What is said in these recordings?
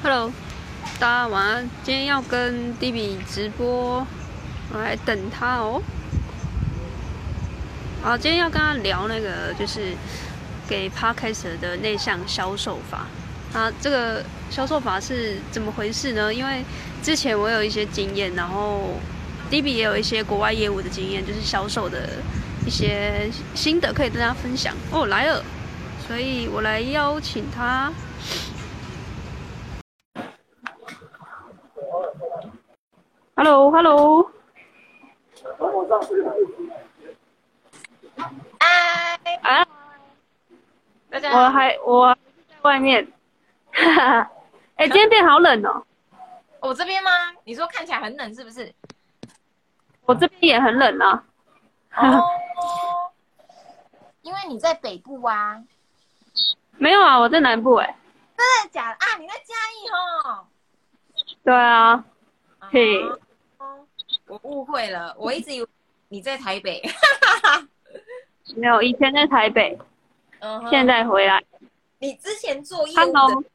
Hello，大家晚安。今天要跟 D B 直播，我来等他哦。好，今天要跟他聊那个就是给 Podcast 的内向销售法。这个销售法是怎么回事呢？因为之前我有一些经验，然后 D B 也有一些国外业务的经验，就是销售的一些心得可以跟大家分享。哦，来了，所以我来邀请他。Hello， 嗨， 啊， 大家好。 我在外面，哈哈。今天变好冷哦。 我这边吗？你说看起来很冷是不是？ 我这边也很冷啊。 哦，因为你在北部啊。 没有啊，我在南部。 真的假的啊？你在嘉义哦。 对啊，嘿， 哦，我误会了，我一直以为你在台北。 没有，以前在台北， 嗯哼， 现在回来。 你之前做业务的， Hello，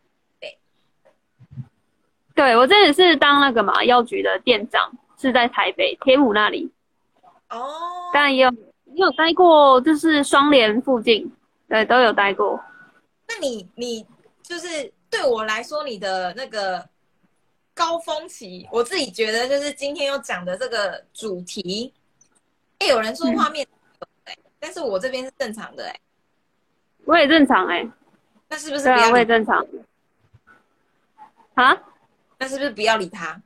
对，我这里是当那个嘛药局的店长，是在台北天母那里，当哦， 然也有待过，就是双连附近，对，都有待过。 那你就是对我来说，你的那个高峰期，我自己觉得就是今天要讲的这个主题，有人说画面，但是我这边是正常的。 我也正常那是不是对啊，我也不要理？ 正常啊。 那是不是不要理他？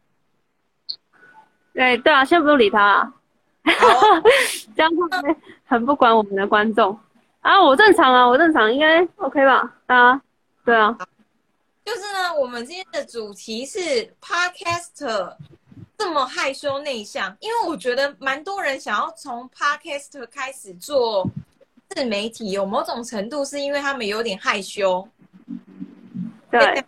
对啊，先不用理他啊。 好啊。 这样会不会很不管我们的观众啊？我正常啊，我正常，应该 OK 吧？对啊。 就是呢，我们今天的主题是 Podcaster 这么害羞内向，因为我觉得蛮多人想要从 Podcaster 开始做自媒体，有某种程度是因为他们有点害羞。 对，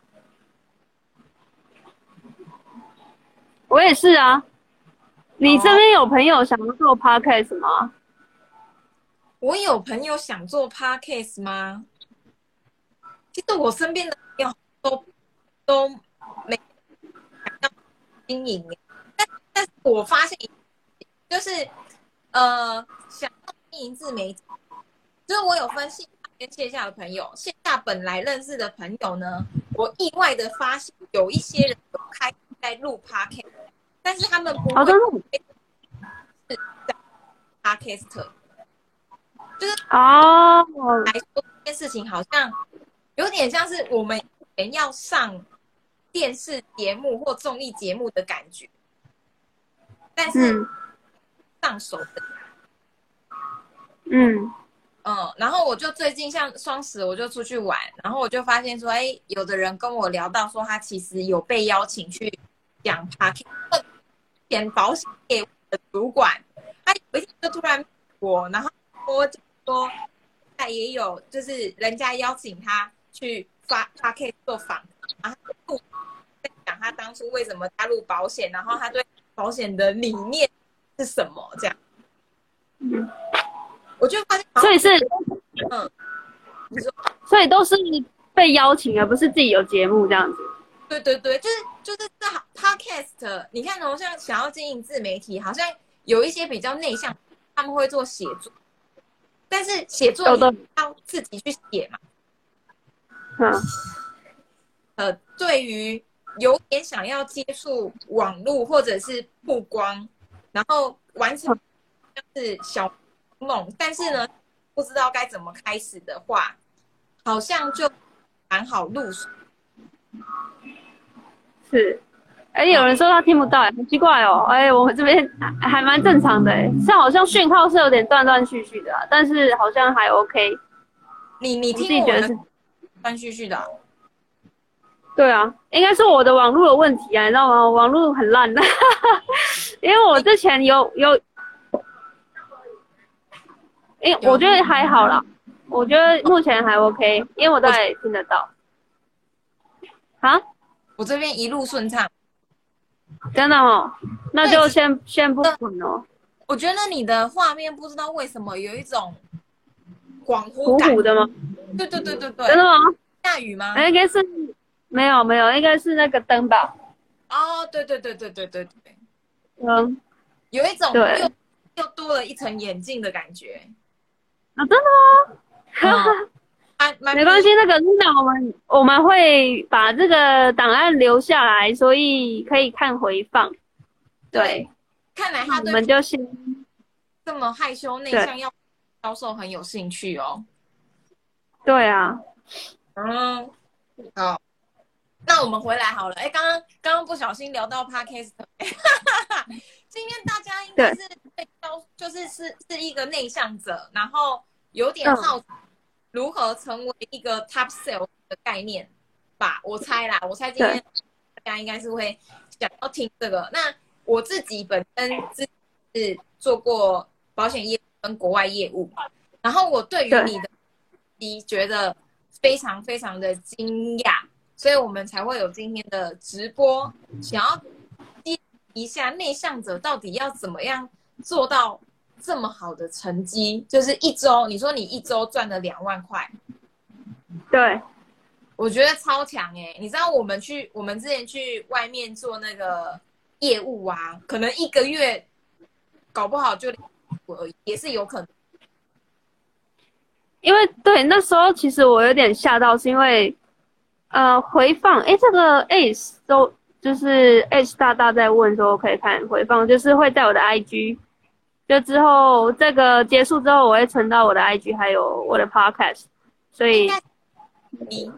我也是啊。你这边有朋友想要做 podcast 吗？ 我有朋友想做 Podcast 吗？其实我身边的朋友都没想要经营，但是我发现就是想要经营自媒体，就是我有分线下跟线下的朋友，线下本来认识的朋友呢，我意外的发现有一些人有开在录 podcast， 但是他们不会是 podcast， 就是来说这件事情好像有点像是我们以前要上电视节目或综艺节目的感觉，但是上手的。然后我就最近像双十我就出去玩，然后我就发现说，有的人跟我聊到说，他其实有被邀请去讲 Podcast， 前保险业务的主管，他有一天就突然我，然后说他也有就是人家邀请他去发 Podcast 做访谈，然后在讲他当初为什么加入保险，然后他对保险的理念是什么这样。我就发现， 所以是， 你说， 所以都是被邀请，而不是自己有节目这样子。 对，就是这 podcast， 你看哦，像想要经营自媒体，好像有一些比较内向，他们会做写作，但是写作你要自己去写嘛。对于有点想要接触网络或者是曝光，然后完成像是小梦，但是呢，不知道该怎么开始的话，好像就蛮好入手。 是，有人说他听不到，很奇怪哦。我们这边还蛮正常的，像好像讯号是有点断断续续的但是好像还 OK。 你听自己觉得是断续续的对啊，应该是我的网络有问题啊，你知道吗？网络很烂的，因为我之前有，我觉得还好啦，我觉得目前还 OK， 因为我大概也听得到。 我这边一路顺畅。 真的哦，那就先不管哦。 我觉得你的画面不知道为什么有一种恍惚感。 糊糊的吗？ 对。 真的吗？ 下雨吗？ 应该是没有没有，应该是那个灯吧。 哦，对对对对对对对， 嗯， 有一种对。 又多了一层眼镜的感觉。 啊，真的吗？ 嗯，蛮迷。 没关系，那个那我们会把这个档案留下来，所以可以看回放。 对， 对， 看来那我他对们就先这么害羞内对向要销售很有兴趣哦。 对啊， 嗯，好，那我们回来好了。哎，刚刚不小心聊到 podcast，今天大家应该对， 是对就是一个内向者，然后有点嗯， 好奇如何成为一个 top sales 的概念吧。我猜啦，我猜今对天大家应该是会想要听这个。那我自己本身是做过保险业务跟国外业务，然后我对于对， 你的觉得非常非常的惊讶，所以我们才会有今天的直播，想要一下内向者到底要怎么样做到这么好的成绩，就是一周，你说你一周赚了2万块， 对， 我觉得超强哎！你知道我们之前去外面做那个业务啊，可能一个月搞不好就而已，也是有可能。 因为对那时候其实我有点吓到，是因为回放，这个 Ace 都就是 Ace 大大在问说可以看回放，就是会在我的 IG，就之后这个结束之后我会存到我的 IG 还有我的 Podcast，所以你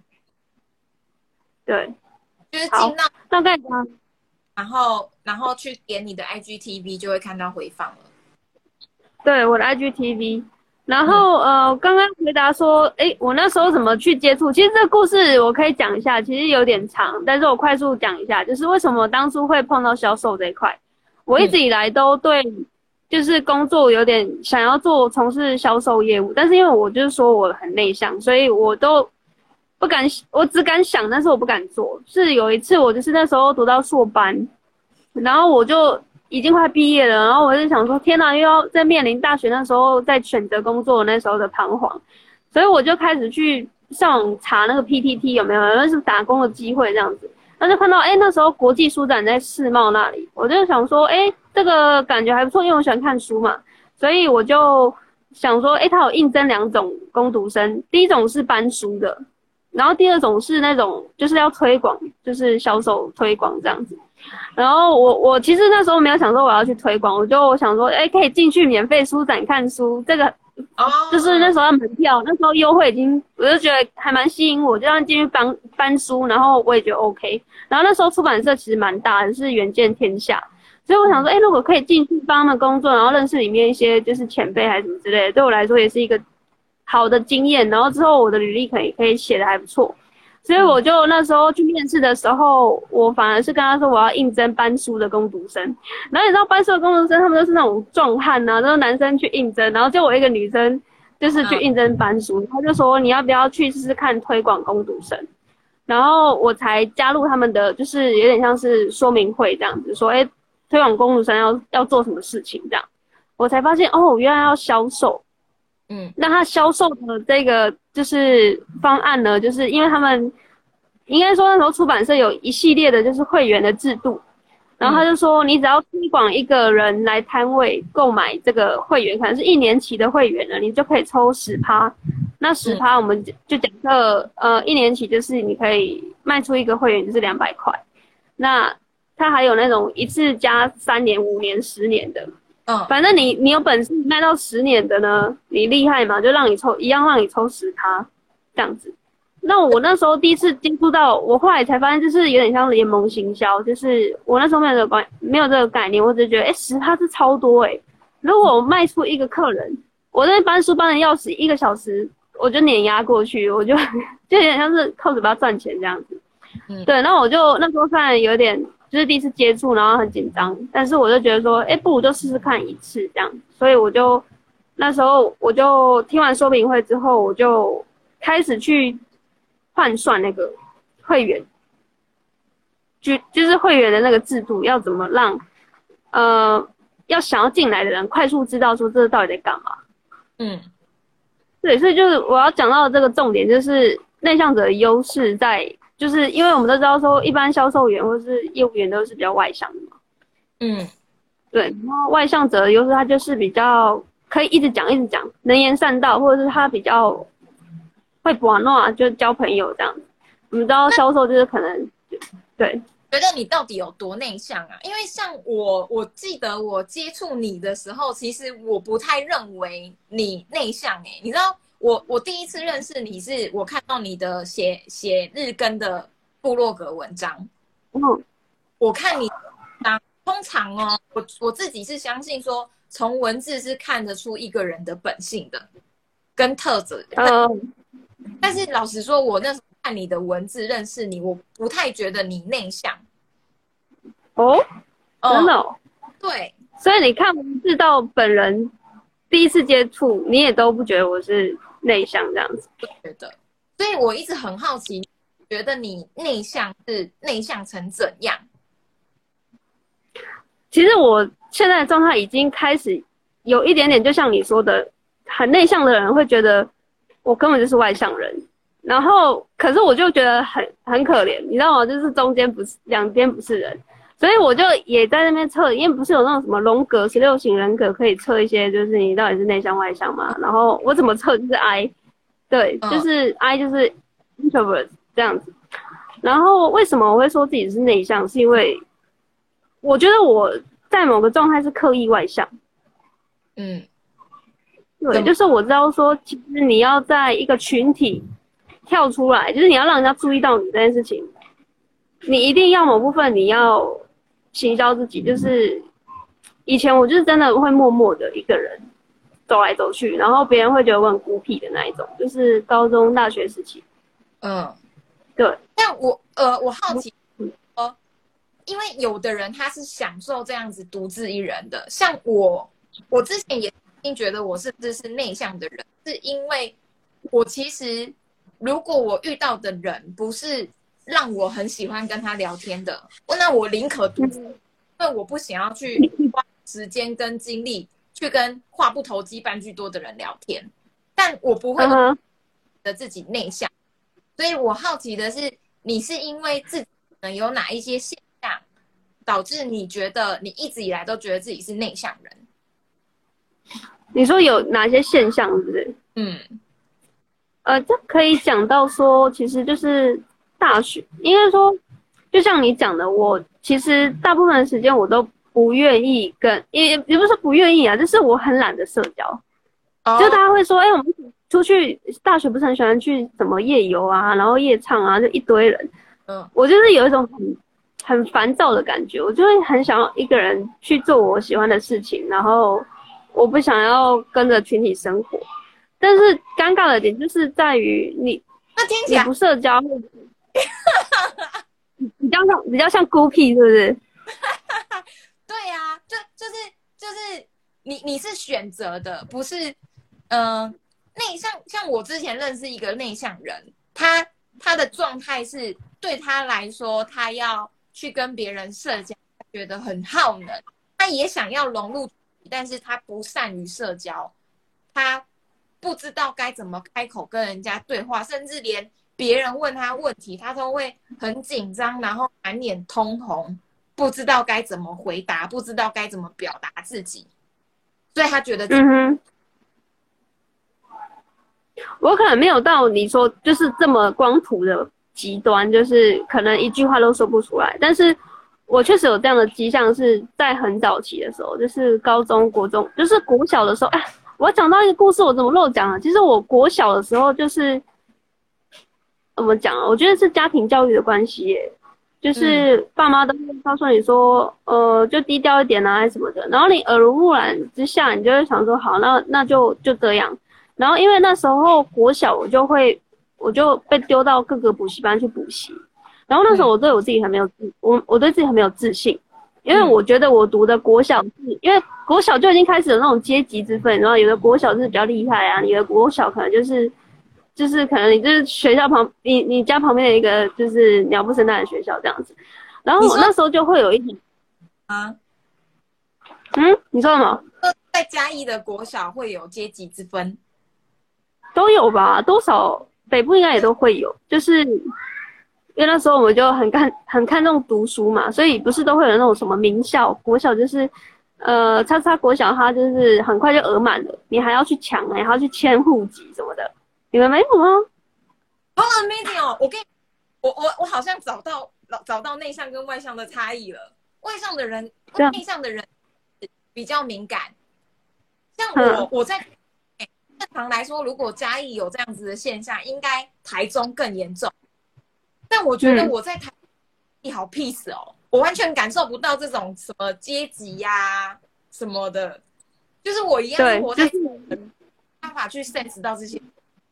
对， 就是好， 进到大概这样。 然后去点你的 IGTV 就会看到回放了。 对，我的 IGTV。然后刚刚回答说，我那时候怎么去接触？其实这个故事我可以讲一下，其实有点长，但是我快速讲一下，就是为什么当初会碰到销售这一块。我一直以来都对，就是工作有点想要从事销售业务，但是因为我就是说我很内向，所以我都不敢，我只敢想，但是我不敢做。是有一次我就是那时候读到硕班，然后我就已经快毕业了，然后我就想说，天哪，又要在面临大学那时候在选择工作那时候的彷徨，所以我就开始去上网查那个 PTT 有没有，那是打工的机会这样子。那就看到，那时候国际书展在世贸那里，我就想说，这个感觉还不错，因为我喜欢看书嘛，所以我就想说，他有应征2种工读生，第一种是搬书的，然后第二种是那种就是要推广，就是销售推广这样子。然后我其实那时候没有想说我要去推广，我就想说，可以进去免费书展看书，这个就是那时候门票，那时候优惠我就觉得还蛮吸引我，就让进去搬书，然后我也觉得 OK。然后那时候出版社其实蛮大的，是远见天下，所以我想说，如果可以进去帮他们工作，然后认识里面一些就是前辈还是什么之类的，对我来说也是一个好的经验。然后之后我的履历可以写的还不错。所以我就那时候去面试的时候，我反而是跟他说我要应征搬书的工读生。然后你知道搬书的工读生他们都是那种壮汉啊，都是男生去应征，然后就我一个女生就是去应征搬书，他就说你要不要去试试看推广工读生，然后我才加入他们的，就是有点像是说明会这样子，说推广工读生要做什么事情这样，我才发现原来要销售。那他销售的这个就是方案呢，就是因为他们应该说那时候出版社有一系列的就是会员的制度，然后他就说你只要推广一个人来摊位购买这个会员，可能是1年期的会员呢，你就可以抽10%。那10%我们就假设1年期就是你可以卖出一个会员就是200块。那他还有那种一次加3年、5年、10年的。反正你有本事卖到10年的呢，你厉害嘛，就让你抽10%这样子。那我那时候第一次接触到，我后来才发现就是有点像联盟行销，就是我那时候没有这个概念，我只是觉得10%是超多如果我卖出一个客人，我在搬书搬的要死，1个小时我就碾压过去，我就有点像是靠嘴巴赚钱这样子。对，那我就那时候看有点。就是第一次接触，然后很紧张，但是我就觉得说，不如就试试看一次这样，所以那时候我就听完说明会之后，我就开始去换算那个会员，就是会员的那个制度要怎么让要想要进来的人快速知道说这到底在干嘛。对，所以就是我要讲到的这个重点，就是内向者的优势在就是因为我们都知道说，一般销售员或是业务员都是比较外向的嘛。 嗯， 对，然后外向者的优势，他就是比较可以一直讲一直讲，能言善道，或者是他比较会玩闹，就交朋友这样子。我们知道销售就是可能对。 觉得你到底有多内向啊？因为像我记得我接触你的时候，其实我不太认为你内向欸。你知道我第一次认识你是我看到你的写日更的部落格文章，我看你通常哦，我自己是相信说，从文字是看得出一个人的本性的跟特质。但是老实说，我那时候看你的文字认识你，我不太觉得你内向。 哦，真的哦？ 对， 所以你看文字到本人第一次接触，你也都不觉得我是内向这样子？ 不觉得。所以我一直很好奇，觉得你内向是内向成怎样？ 其实我现在的状态已经开始有一点点，就像你说的，很内向的人会觉得我根本就是外向人，然后可是我就觉得很可怜，你知道吗？就是中间不是两边不是人，所以我就也在那边测，因为不是有那种什么荣格16型人格可以测一些，就是你到底是内向外向嘛。然后我怎么测就是 I， 对，就是 I 就是 introvert 这样子。然后为什么我会说自己是内向，是因为我觉得我在某个状态是刻意外向。对，就是我知道说，其实你要在一个群体跳出来，就是你要让人家注意到你这件事情，你一定要某部分你要行销自己。就是以前我就是真的会默默的一个人走来走去，然后别人会觉得我很孤僻的那一种，就是高中大学时期。对。 但我好奇，因为有的人他是享受这样子独自一人的，像我之前也觉得我是不是内向的人，是因为我其实如果我遇到的人不是让我很喜欢跟他聊天的，那我宁可独自，因为我不想要去花时间跟精力去跟话不投机半句多的人聊天，但我不会的自己内向。所以我好奇的是，你是因为自己有哪一些现象导致你觉得你一直以来都觉得自己是内向人？ 你说有哪些现象，是不是？这可以讲到说，其实就是大学，应该说，就像你讲的，我其实大部分的时间我都不愿意跟，也不是说不愿意啊，就是我很懒得社交。就大家会说，我们出去，大学不是很喜欢去什么夜游啊，然后夜唱啊，就一堆人。我就是有一种很烦躁的感觉，我就会很想要一个人去做我喜欢的事情，然后我不想要跟着群体生活。但是尴尬的点就是在于你不社交，比较像孤僻，是不是？ 对啊，就是你是选择的，不是内向。像我之前认识一个内向人，他的状态是对他来说，他要去跟别人社交，他觉得很耗能，他也想要融入，但是他不善于社交，他不知道该怎么开口跟人家对话，甚至连别人问他问题，他都会很紧张，然后满脸通红，不知道该怎么回答，不知道该怎么表达自己，所以他觉得我可能没有到你说就是这么光谱的极端，就是可能一句话都说不出来，但是我确实有这样的迹象，是在很早期的时候，就是高中、国中，就是国小的时候。我讲到一个故事，我怎么漏讲了？其实我国小的时候就是怎么讲啊？我觉得是家庭教育的关系耶，就是爸妈都会告诉你说，就低调一点啊，还是什么的。然后你耳濡目染之下，你就会想说，好，那就这样。然后因为那时候国小，我就被丢到各个补习班去补习。然后那时候我对我自己很没有我对自己很没有自信。因为我觉得我读的国小因为国小就已经开始有那种阶级之分，然后有的国小是比较厉害啊，有的国小可能就是可能你就是学校你家旁边的一个就是鸟不生蛋的学校这样子。然后我那时候就会有一点你说什么？ 在嘉义的国小会有阶级之分？ 都有吧，多少北部应该也都会有，就是因为那时候我们就很看重读书嘛，所以不是都会有那种什么名校国小，就是叉叉国小，它就是很快就额满了，你还要去抢，还要去迁户籍什么的。你们没有吗？ 好 amazing 哦！我好像找到内向跟外向的差异了。内向的人比较敏感，像我在正常来说，如果嘉义有这样子的现象，应该台中更严重。但我觉得我在台中好 peace 哦，我完全感受不到这种什么阶级呀、什么的，就是我一样是活在没办法去 sense 到这些。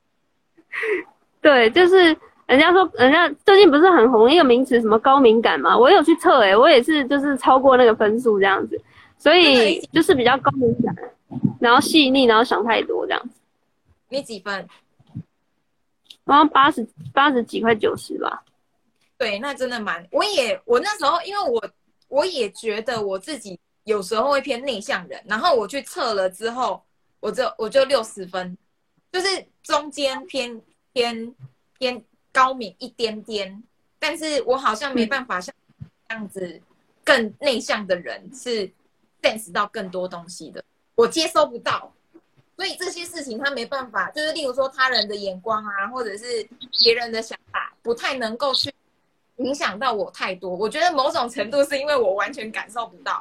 对，就是人家说，人家最近不是很红一个名词，什么高敏感嘛？我有去测，我也是，就是超过那个分数这样子，所以就是比较高敏感，然后细腻，然后想太多这样子。 你几分？ 然后80几快90吧。 对，那真的蛮，我那时候，因为我也觉得我自己有时候会偏内向人，然后我去测了之后，我就60分，就是中间偏高敏一点点，但是我好像没办法像这样子更内向的人是 sense 到更多东西的，我接收不到，所以这些事情他没办法，就是例如说他人的眼光啊，或者是别人的想法，不太能够去影响到我太多。我觉得某种程度是因为我完全感受不到。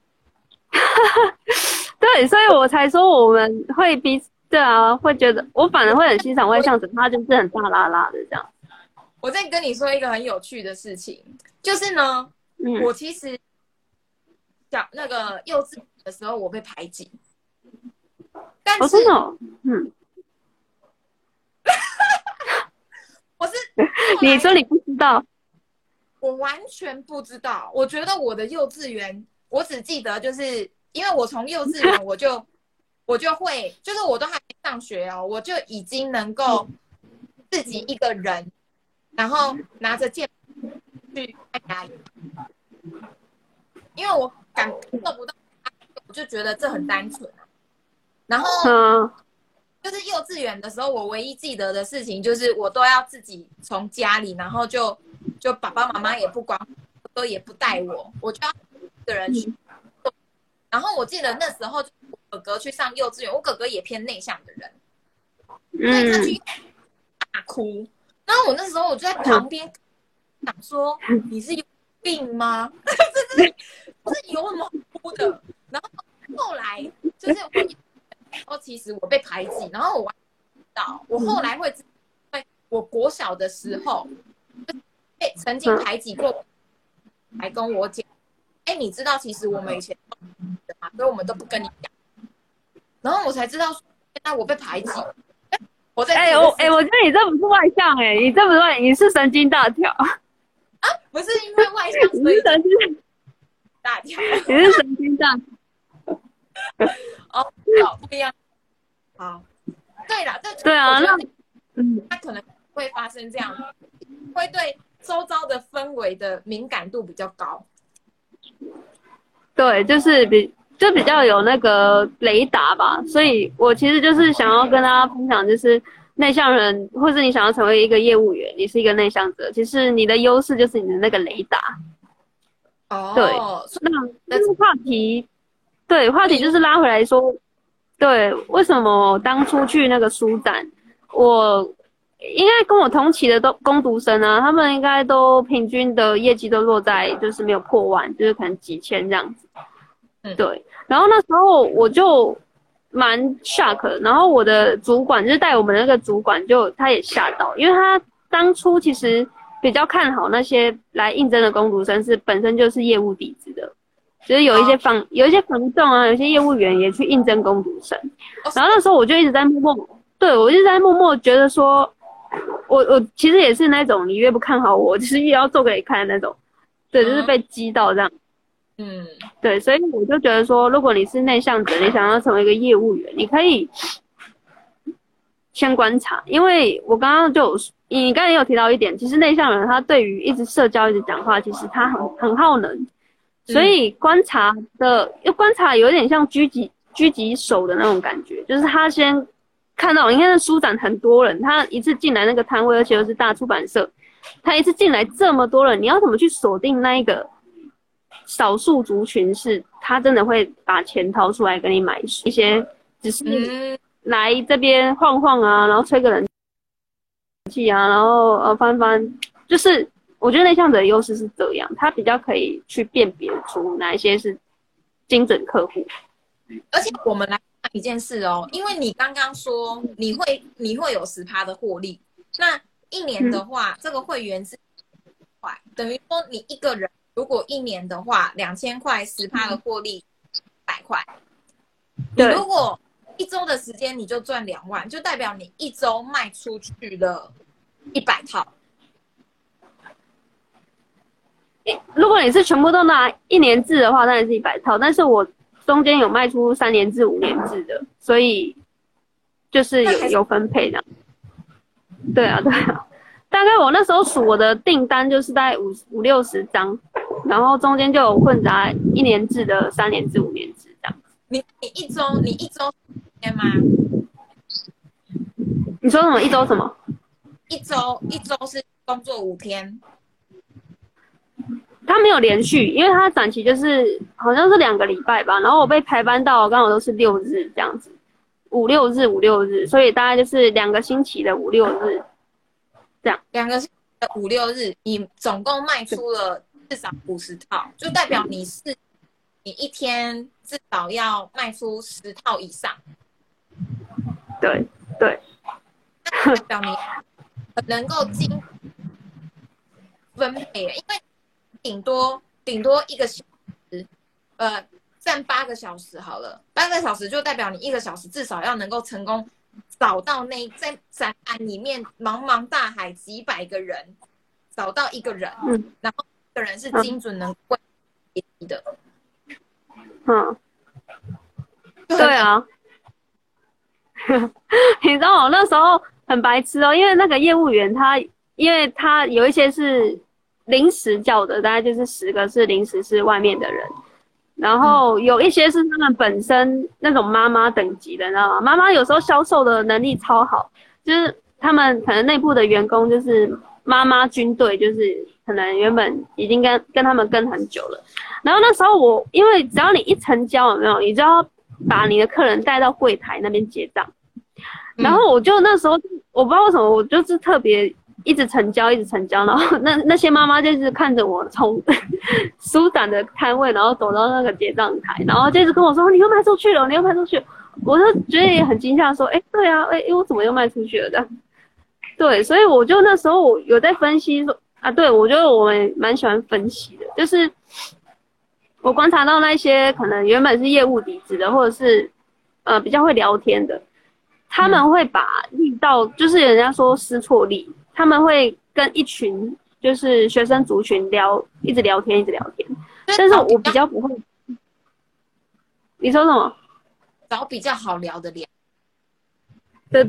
对，所以我才说我们会对啊，会觉得我反而会很欣赏外向者，他就是很大拉拉的这样。 我再跟你说一个很有趣的事情，就是呢，我其实那个幼稚园的时候我被排挤，但是真的哦， 我是你说你不知道， 我完全不知道。我觉得我的幼稚园，我只记得就是因为我从幼稚园我就会，就是我都还没上学哦，我就已经能够自己一个人，然后拿着键去看牙医，因为我感受不到，我就觉得这很单纯。然后就是幼稚园的时候，我唯一记得的事情就是我都要自己从家里，然后就爸爸妈妈也不管，都也不带我，我就要一个人去。然后我记得那时候我哥哥去上幼稚园，我哥哥也偏内向的人，所以他去大哭。然后我那时候我就在旁边想说：“你是有病吗？这是有什么哭的？”然后后来就是其实我被排挤，然后我完全不知道，我后来会知道，因为我国小的时候被曾经排挤过，还跟我讲。你知道其实我们以前所以我们都不跟你讲，然后我才知道说原来我被排挤。我觉得你这不是外向你这不是你是神经大条啊，不是因为外向所以神经大条， 你是神经大条哦，不一样。好，对了， 对啊，那他可能会发生这样，会对周遭的氛围的敏感度比较高。 对，就是比较有那个雷达吧，所以我其实就是想要跟大家分享，就是内向人，或是你想要成为一个业务员，你是一个内向者，其实你的优势就是你的那个雷达。对，那话题就是拉回来说，对，为什么当初去那个书展，我应该跟我同期的工读生啊，他们应该都平均的业绩都落在就是没有破万，就是可能几千这样子。对，然后那时候我就蛮 shock 的，然后我的主管就是带我们的那个主管他也吓到，因为他当初其实比较看好那些来应征的工读生是本身就是业务底子的，就是有一些房仲啊，有些业务员也去应征工读生，然后那时候我就一直在默默觉得说，我其实也是那种你越不看好我，就是越要做给你看的那种，对，就是被激到这样。对，所以我就觉得说，如果你是内向者，你想要成为一个业务员，你可以先观察，因为我刚刚你刚才也有提到一点，其实内向人他对于一直社交、一直讲话，其实他很耗能，所以观察有点像狙击手的那种感觉，就是他先看到，你看书展很多人，他一次进来那个摊位，而且又是大出版社， 他一次进来这么多人，你要怎么去锁定那一个少数族群是他真的会把钱掏出来跟你买一些只是来这边晃晃啊，然后吹个冷气啊，然后翻翻，就是我觉得内向者的优势是这样，他比较可以去辨别出哪一些是精准客户。 而且我们来看一件事哦，因为你刚刚说你会有10%的获利，那一年的话，这个会员是块，等于说你一个人如果一年的话2000块10%的获利100块，你如果一周的时间你就赚2万，就代表你一周卖出去了100套。 如果你是全部都拿1年制的话，当然是100套，'t但是我中间有卖出3年制、5年制的，所以就是有分配的。对啊，对啊，大概我那时候数我的订单就是大概50-60张，然后中间就有混杂1年制的、3年制、5年制这样。 你一周天吗？ 你说什么？一周什么？ 一周是工作5天。 他没有连续，因为他展期就是好像是2个礼拜吧，然后我被排班到刚好都是6日这样子，5-6日，所以大概就是2个星期的5-6日，这样。 2个星期的5-6日，你总共卖出了至少50套，就代表你一天至少要卖出10套以上。 对， 代表你能够精分配，因为顶多1个小时，占8个小时好了，8个小时就代表你1个小时至少要能够成功找到在展览里面茫茫大海几百个人，找到一个人，然后这个人是精准能够的。对啊。你知道我那时候很白痴哦，因为那个业务员因为他有一些是临时叫的，大概就是10个是临时是外面的人，然后有一些是他们本身那种妈妈等级的，你知道吗？妈妈有时候销售的能力超好，就是他们可能内部的员工就是妈妈军队，就是可能原本已经跟他们跟很久了。然后那时候因为只要你一成交，有没有，你就要把你的客人带到柜台那边结账。然后我就那时候我不知道为什么，我就是特别一直成交，然后那些妈妈就是看着我从舒展的摊位，然后走到那个结账台，然后就一直跟我说你又卖出去了，你又卖出去了。我就觉得也很惊讶，说对啊，我怎么又卖出去了这样？对，所以我就那时候我有在分析说对，我觉得我们蛮喜欢分析的，就是我观察到那些可能原本是业务底子的，或者是比较会聊天的，他们会把力道，就是人家说试错力，他们会跟一群就是学生族群一直聊天，但是我比较不会。你说什么？ 找比较好聊的聊。 对。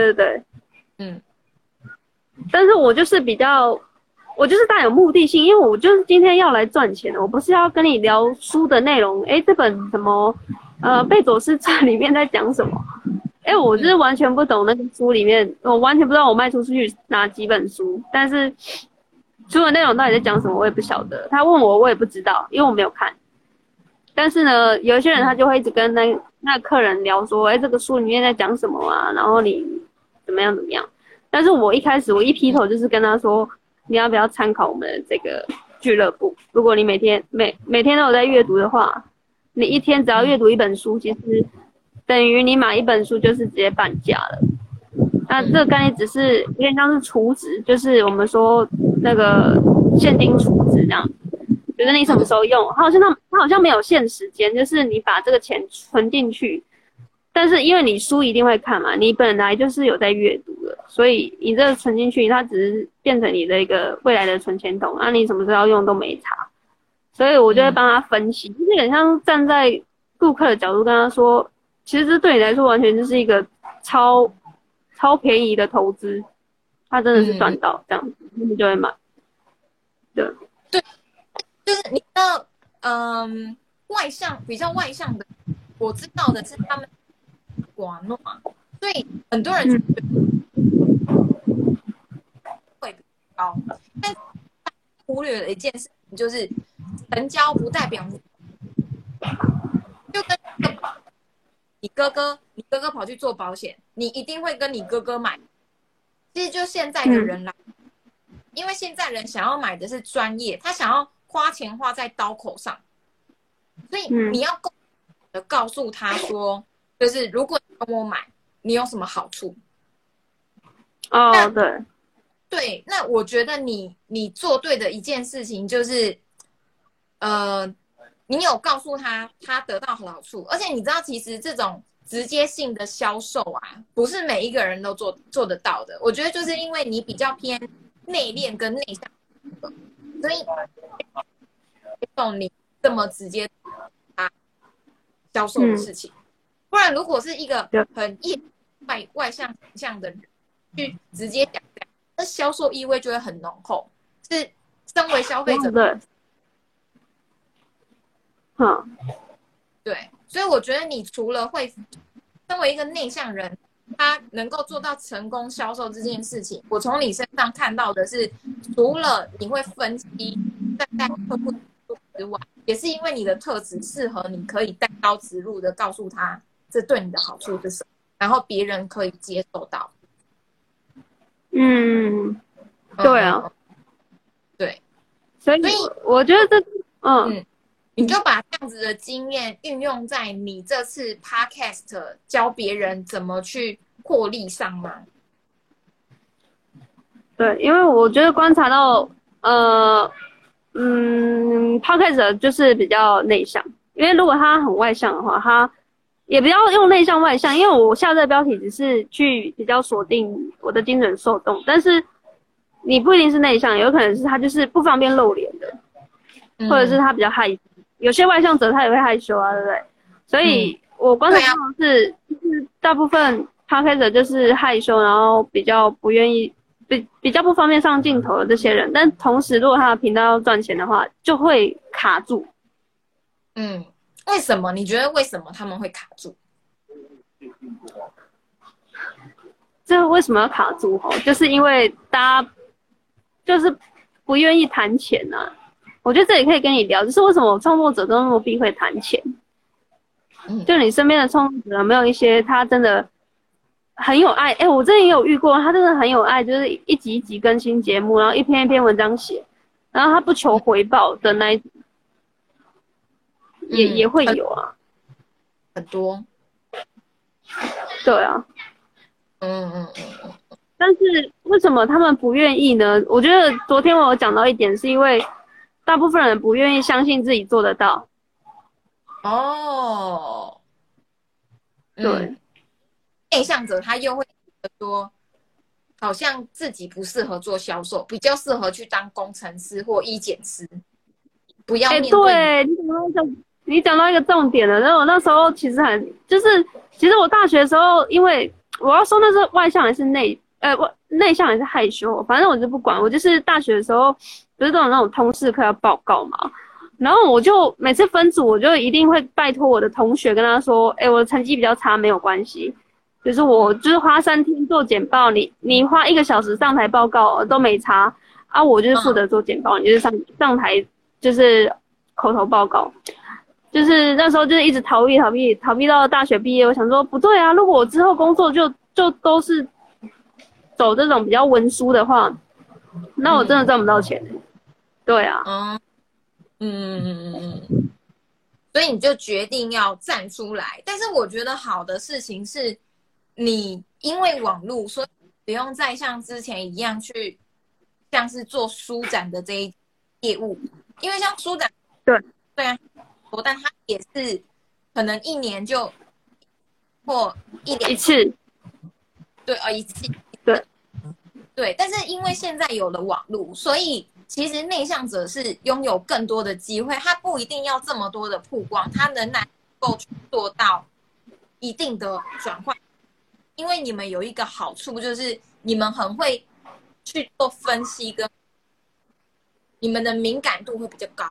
但是我就是我就是带有目的性，因为我就是今天要来赚钱的，我不是要跟你聊书的内容。这本什么贝佐斯传里面在讲什么？我就是完全不懂那个书里面，我完全不知道我卖出去哪几本书，但是书的内容到底在讲什么我也不晓得。他问我也不知道，因为我没有看。但是呢，有一些人他就会一直跟那个客人聊说，这个书里面在讲什么啊？然后你怎么样。但是我一开始我一劈头就是跟他说，你要不要参考我们的这个俱乐部？如果你每天都有在阅读的话，你一天只要阅读1本书，其实等于你买1本书就是直接半价了。那这个概念只是有点像是储值，就是我们说那个现金储值这样子，就是你什么时候用，它好像没有限时间，就是你把这个钱存进去，但是因为你书一定会看嘛，你本来就是有在阅读的，所以你这个存进去，它只是变成你的一个未来的存钱筒，你什么时候要用都没差。所以我就会帮他分析，就是很像站在顾客的角度跟他说，其实这对你来说完全就是一个超便宜的投资，他真的是赚到这样子，你就会买。对， 就是你知道，比较外向的，我知道的是他们寡诺，所以很多人就觉得会比较高。但忽略了一件事情，就是成交不代表就跟你哥哥跑去做保险，你一定会跟你哥哥买。其实就现在的人来，因为现在人想要买的是专业，他想要花钱花在刀口上，所以你要告诉他说，就是如果你跟我买，你有什么好处？ 哦，对。 对，那我觉得你做对的一件事情就是，你有告诉他得到好处，而且你知道，其实这种直接性的销售啊，不是每一个人都做得到的。我觉得就是因为你比较偏内敛跟内向，所以送你这么直接销售的事情。不然，如果是一个很外向形象的人去直接讲。那销售意味就会很浓厚，是身为消费者对， 对，所以我觉得你除了会身为一个内向人，他能够做到成功销售这件事情，我从你身上看到的是，除了你会分析站在客户之外，也是因为你的特质适合，你可以单刀直入的告诉他这对你的好处是什么，然后别人可以接受到。 对啊， 对， 所以我觉得你就把这样子的经验运用在你这次 podcast 教别人怎么去获利上吗？ 对，因为我觉得观察到podcast 就是比较内向，因为如果他很外向的话，他也不要用内向外向，因为我下这个标题只是去比较锁定我的精准受众，但是你不一定是内向，有可能是他就是不方便露脸的，或者是他比较害羞，有些外向者他也会害羞啊，对不对？所以我观察到的是，就是大部分 podcaster 就是害羞，然后比较不愿意，比较不方便上镜头的这些人，但同时如果他的频道要赚钱的话，就会卡住。 为什么？你觉得为什么他们会卡住？ 这为什么要卡住？就是因为大家就是不愿意谈钱啊。我觉得这里可以跟你聊，就是为什么创作者都那么避讳谈钱。就你身边的创作者有没有一些他真的很有爱？我之前也有遇过，他真的很有爱，就是一集一集更新节目，然后一篇一篇文章写，然后他不求回报的那一种。也会有啊， 很多。 对啊，但是为什么他们不愿意呢？我觉得昨天我有讲到一点，是因为大部分人不愿意相信自己做得到。对， 内向者他又会说，好像自己不适合做销售，比较适合去当工程师或医检师，不要面对。 对，你讲到一个重点了。然后我那时候其实其实我大学的时候，因为我要说那是外向还是内向还是害羞，反正我就不管。我就是大学的时候不是都有那种通识课要报告嘛，然后我就每次分组，我就一定会拜托我的同学跟他说，我的成绩比较差没有关系，就是我就是花3天做简报，你花1个小时上台报告都没差啊，我就是负责做简报，你就是上台就是口头报告。就是那时候就是一直逃避到大学毕业。我想说不对啊，如果我之后工作就都是走这种比较文书的话，那我真的赚不到钱。对啊， 所以你就决定要站出来。但是我觉得好的事情是，你因为网络，所以不用再像之前一样去像是做书展的这一业务，因为像书展对啊。但他也是可能1年就或一次， 对一次，对。但是因为现在有了网络，所以其实内向者是拥有更多的机会，他不一定要这么多的曝光，他仍然能够做到一定的转换。因为你们有一个好处，就是你们很会去做分析，跟你们的敏感度会比较高。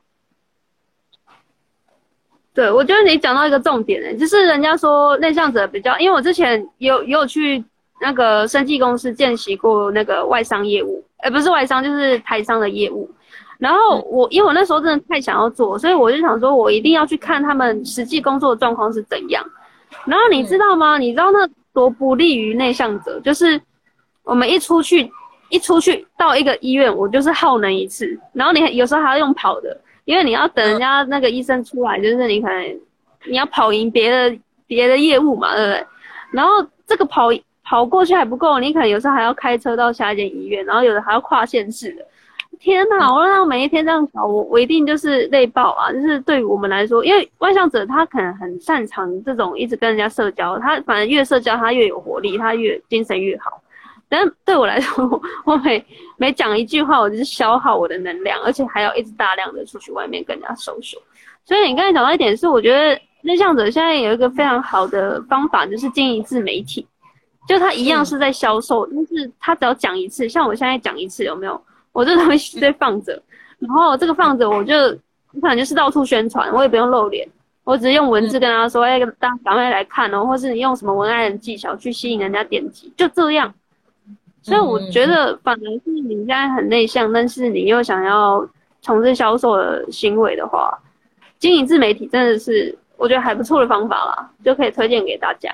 对，我觉得你讲到一个重点，就是人家说内向者比较，因为我之前有去那个生技公司见习过那个外商业务，不是外商就是台商的业务。然后因为我那时候真的太想要做，所以我就想说我一定要去看他们实际工作的状况是怎样。然后你知道吗？你知道那多不利于内向者，就是我们一出去到一个医院，我就是耗能一次，然后你有时候还要用跑的，因为你要等人家那个医生出来，就是你可能你要跑赢别的业务嘛，对不对？然后这个跑过去还不够，你可能有时候还要开车到下一间医院，然后有的还要跨县市的。天哪！我让他每一天这样搞，我一定就是累爆啊！就是对于我们来说，因为外向者他可能很擅长这种一直跟人家社交，他反正越社交他越有活力，他越精神越好。但对我来说，我每讲一句话，我就是消耗我的能量，而且还要一直大量的出去外面跟人家social。所以你刚才讲到一点是，我觉得内向者现在有一个非常好的方法，就是经营自媒体，就他一样是在销售，但是他只要讲一次，像我现在讲一次，有没有？我这东西在放着，然后这个放着，我可能就是到处宣传，我也不用露脸，我只是用文字跟他说，大家赶快来看哦，或是你用什么文案的技巧去吸引人家点击，就这样。所以我觉得，反而是你现在很内向，但是你又想要从事销售的行为的话，经营自媒体真的是我觉得还不错的方法啦，就可以推荐给大家。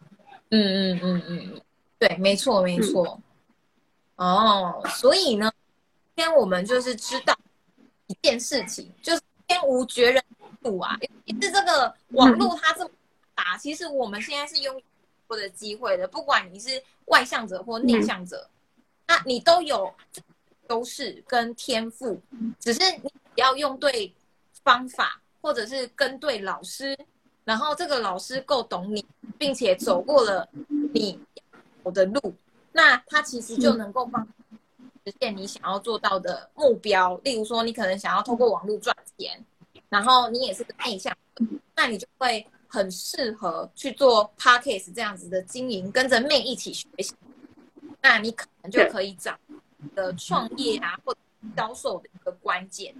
对，没错没错。所以呢，今天我们就是知道一件事情，就是天无绝人之路啊，尤其是这个网络它这么大，其实我们现在是拥有多的机会的，不管你是外向者或内向者，那你都有优势跟天赋，只是你要用对方法，或者是跟对老师，然后这个老师够懂你，并且走过了你走的路，那他其实就能够帮实现你想要做到的目标。例如说，你可能想要透过网络赚钱，然后你也是个内向的，那你就会很适合去做 Podcast 这样子的经营，跟着妹一起学习。那你可能就可以找的创业啊，或者销售的一个关键。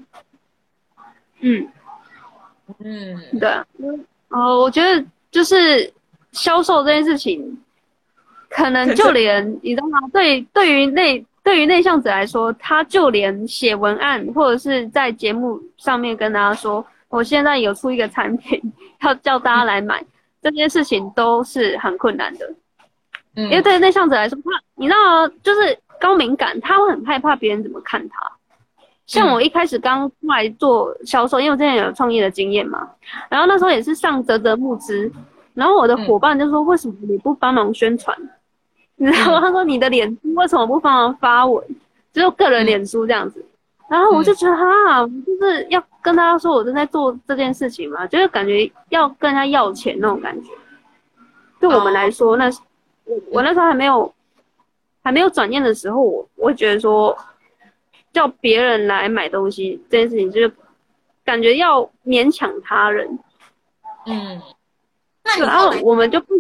对，我觉得就是销售这件事情，可能就连你知道吗？对于内向者来说，他就连写文案或者是在节目上面跟大家说，我现在有出一个产品，要叫大家来买，这件事情都是很困难的。因为对内向者来说，你知道吗？就是高敏感，他会很害怕别人怎么看他。像我一开始刚出来做销售，因为我之前有创业的经验嘛，然后那时候也是上泽募资，然后我的伙伴就说：“为什么你不帮忙宣传？”你知道吗？他说：“你的脸书为什么不帮忙发文？就是个人脸书这样子。”然后我就觉得就是要跟大家说我正在做这件事情嘛，就是感觉要跟人家要钱那种感觉。对我们来说，我那时候还没有转念的时候，我会觉得说，叫别人来买东西这件事情，就是感觉要勉强他人。然后我们就不，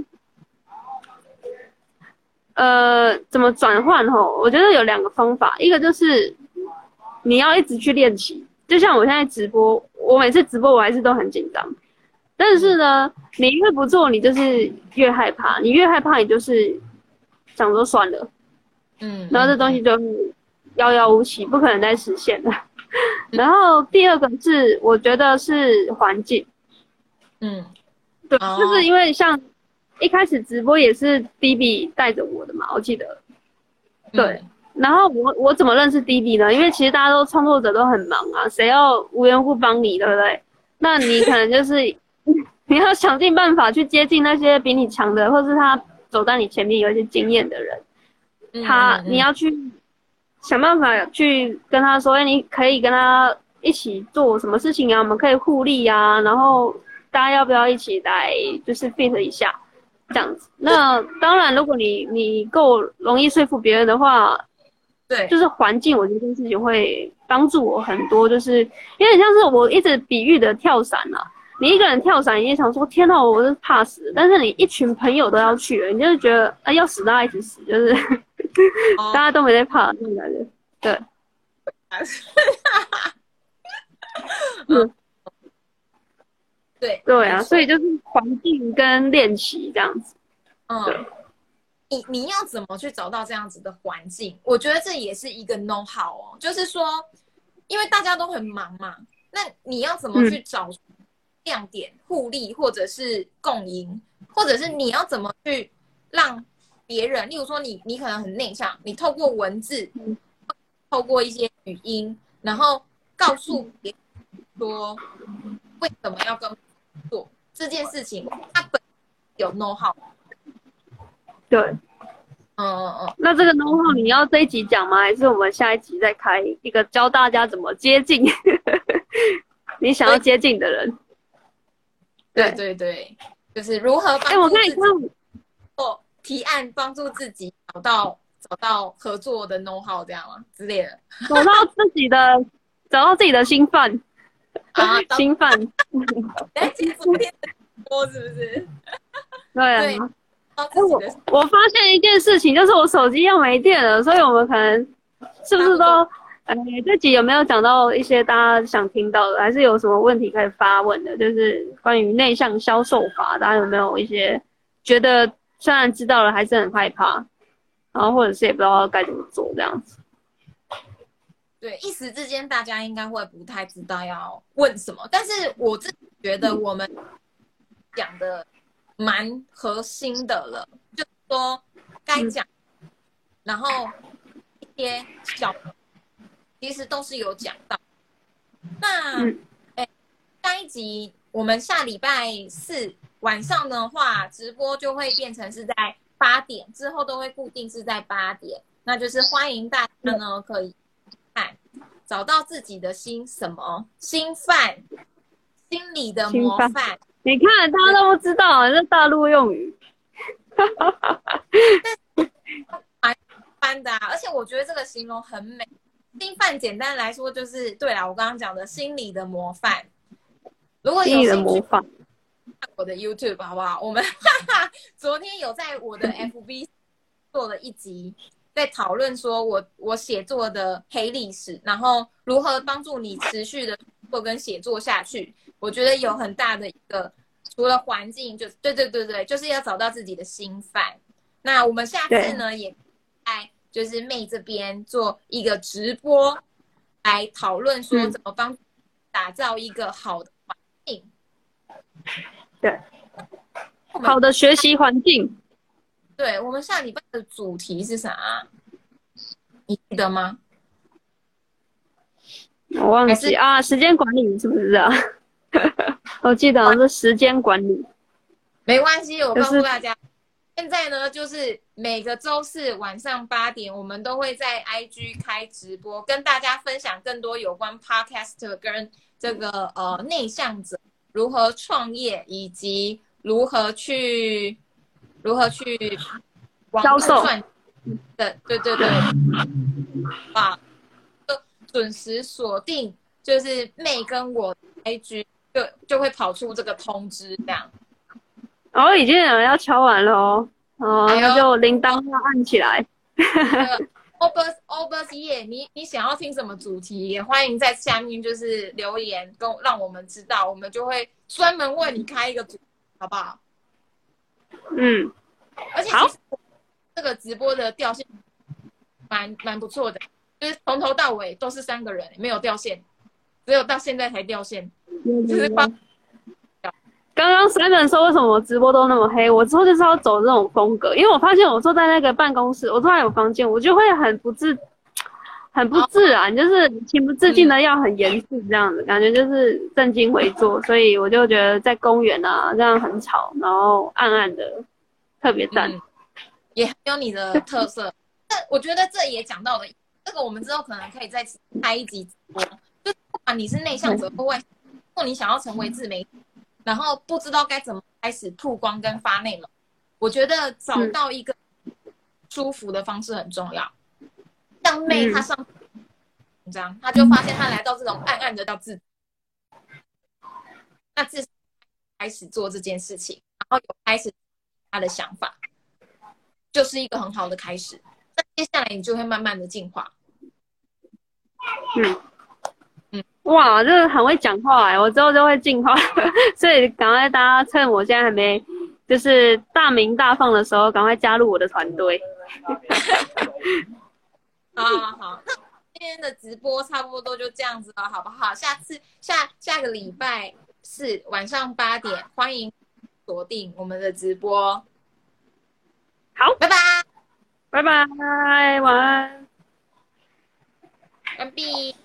怎么转换吼？我觉得有2个方法，一个就是你要一直去练习，就像我现在直播，我每次直播我还是都很紧张，但是呢，你越不做，你就是越害怕，你越害怕，你就是想说算了，然后这东西就遥遥无期，不可能再实现了。然后第2个是，我觉得是环境，对，就是因为像一开始直播也是 DB 带着我的嘛，我记得，对。然后我怎么认识 DB 呢？因为其实大家都创作者都很忙啊，谁要无缘无故帮你，对不对？那你可能就是你要想尽办法去接近那些比你强的，或是他走在你前面有一些经验的人，你要去想办法去跟他说，你可以跟他一起做什么事情啊？我们可以互利啊，然后大家要不要一起来就是 fit 一下这样子？那当然，如果你够容易说服别人的话， 对， 就是环境，我觉得这件事情会帮助我很多，就是有点像是我一直比喻的跳伞啊。你一个人跳伞，你也想说天哪，我是怕死，但是你一群朋友都要去了，你就是觉得要死大家一起死，就是大家都没在怕那种感觉。对，对啊，所以就是环境跟练习这样子。对。 你要怎么去找到这样子的环境？我觉得这也是一个 know how 哦，就是说，因为大家都很忙嘛，那你要怎么去找亮点、互利，或者是共赢，或者是你要怎么去让别人，例如说你可能很内向，你透过文字，透过一些语音，然后告诉别人说为什么要跟我做这件事情，他本有 know how。 对，那这个 know how 你要这一集讲吗？还是我们下一集再开一个教大家怎么接近你想要接近的人？ 对对对，就是如何帮助自己做提案，帮助自己找到合作的 know how 这样吗之类的？ 找到自己的新饭啊，新饭。 来接昨天的播是不是？ 对啊。我发现一件事情，就是我手机要没电了，所以我们可能是不是都，这集有没有讲到一些大家想听到的，还是有什么问题可以发问的？就是关于内向销售法，大家有没有一些觉得虽然知道了还是很害怕，然后或者是也不知道该怎么做这样子？ 对，一时之间大家应该会不太知道要问什么，但是我自己觉得我们讲的蛮核心的了，就是说该讲，然后一些小其实都是有讲到。那下一集我们下礼拜4晚上的话，直播就会变成是在8点，之后都会固定是在8点，那就是欢迎大家呢可以看找到自己的新饭，心理的模范。 你看，大家都不知道，这大陆用语。 蛮般的啊，而且我觉得这个形容很美。新饭简单来说就是，对啦，我刚刚讲的心理的模范。如果有兴趣看我的 YouTube 好不好？我们昨天有在我的 FB 做了一集，在讨论说我写作的黑历史，然后如何帮助你持续的做跟写作下去。我觉得有很大的一个，除了环境，就对，就是要找到自己的新饭。那我们下次呢，也在就是妹这边做一个直播，来讨论说怎么帮打造一个好的环境。 对，好的学习环境。 对，我们下礼拜的主题是啥？你记得吗？ 我忘记啊，时间管理是不是啊？我记得好像是时间管理。 没关系，我告诉大家，现在呢就是每个周4晚上8点，我们都会在 IG 开直播，跟大家分享更多有关 Podcast 跟这个内向者如何创业，以及如何去销售的，对，就准时锁定，就是妹跟我 IG 就会跑出这个通知这样。 已经有人要敲完了哦，那就铃铛要按起来。 Obers 耶，你想要听什么主题，也欢迎在下面就是留言让我们知道，我们就会专门为你开一个主题，好不好？而且其实这个直播的掉线蛮不错的，就是从头到尾都是3个人，没有掉线，只有到现在才掉线，就是刚刚Simon说为什么我直播都那么黑，我之后就是要走这种风格，因为我发现我坐在那个办公室，我突然有房间，我就会很不自然，就是情不自禁的要很严肃这样子，感觉就是正襟危坐，所以我就觉得在公园啊这样很吵，然后暗暗的，特别赞， 也很有你的特色。我觉得这也讲到了，这个我们之后可能可以再开一集直播，就不管你是内向者或外向者，如果你想要成为自媒体，然后不知道该怎么开始曝光跟发内容，我觉得找到一个舒服的方式很重要。像妹她上文章，她就发现她来到这种暗暗的叫自，那自开始做这件事情，然后有开始她的想法，就是一个很好的开始。那接下来你就会慢慢的进化。 哇，这个很会讲话我之后就会进化，所以赶快大家趁我现在还没就是大名大放的时候，赶快加入我的团队。 好好好，那今天的直播差不多就这样子了，好不好？下个礼拜四晚上8点，欢迎锁定我们的直播。 好， 拜拜， 拜拜，晚安。 完毕。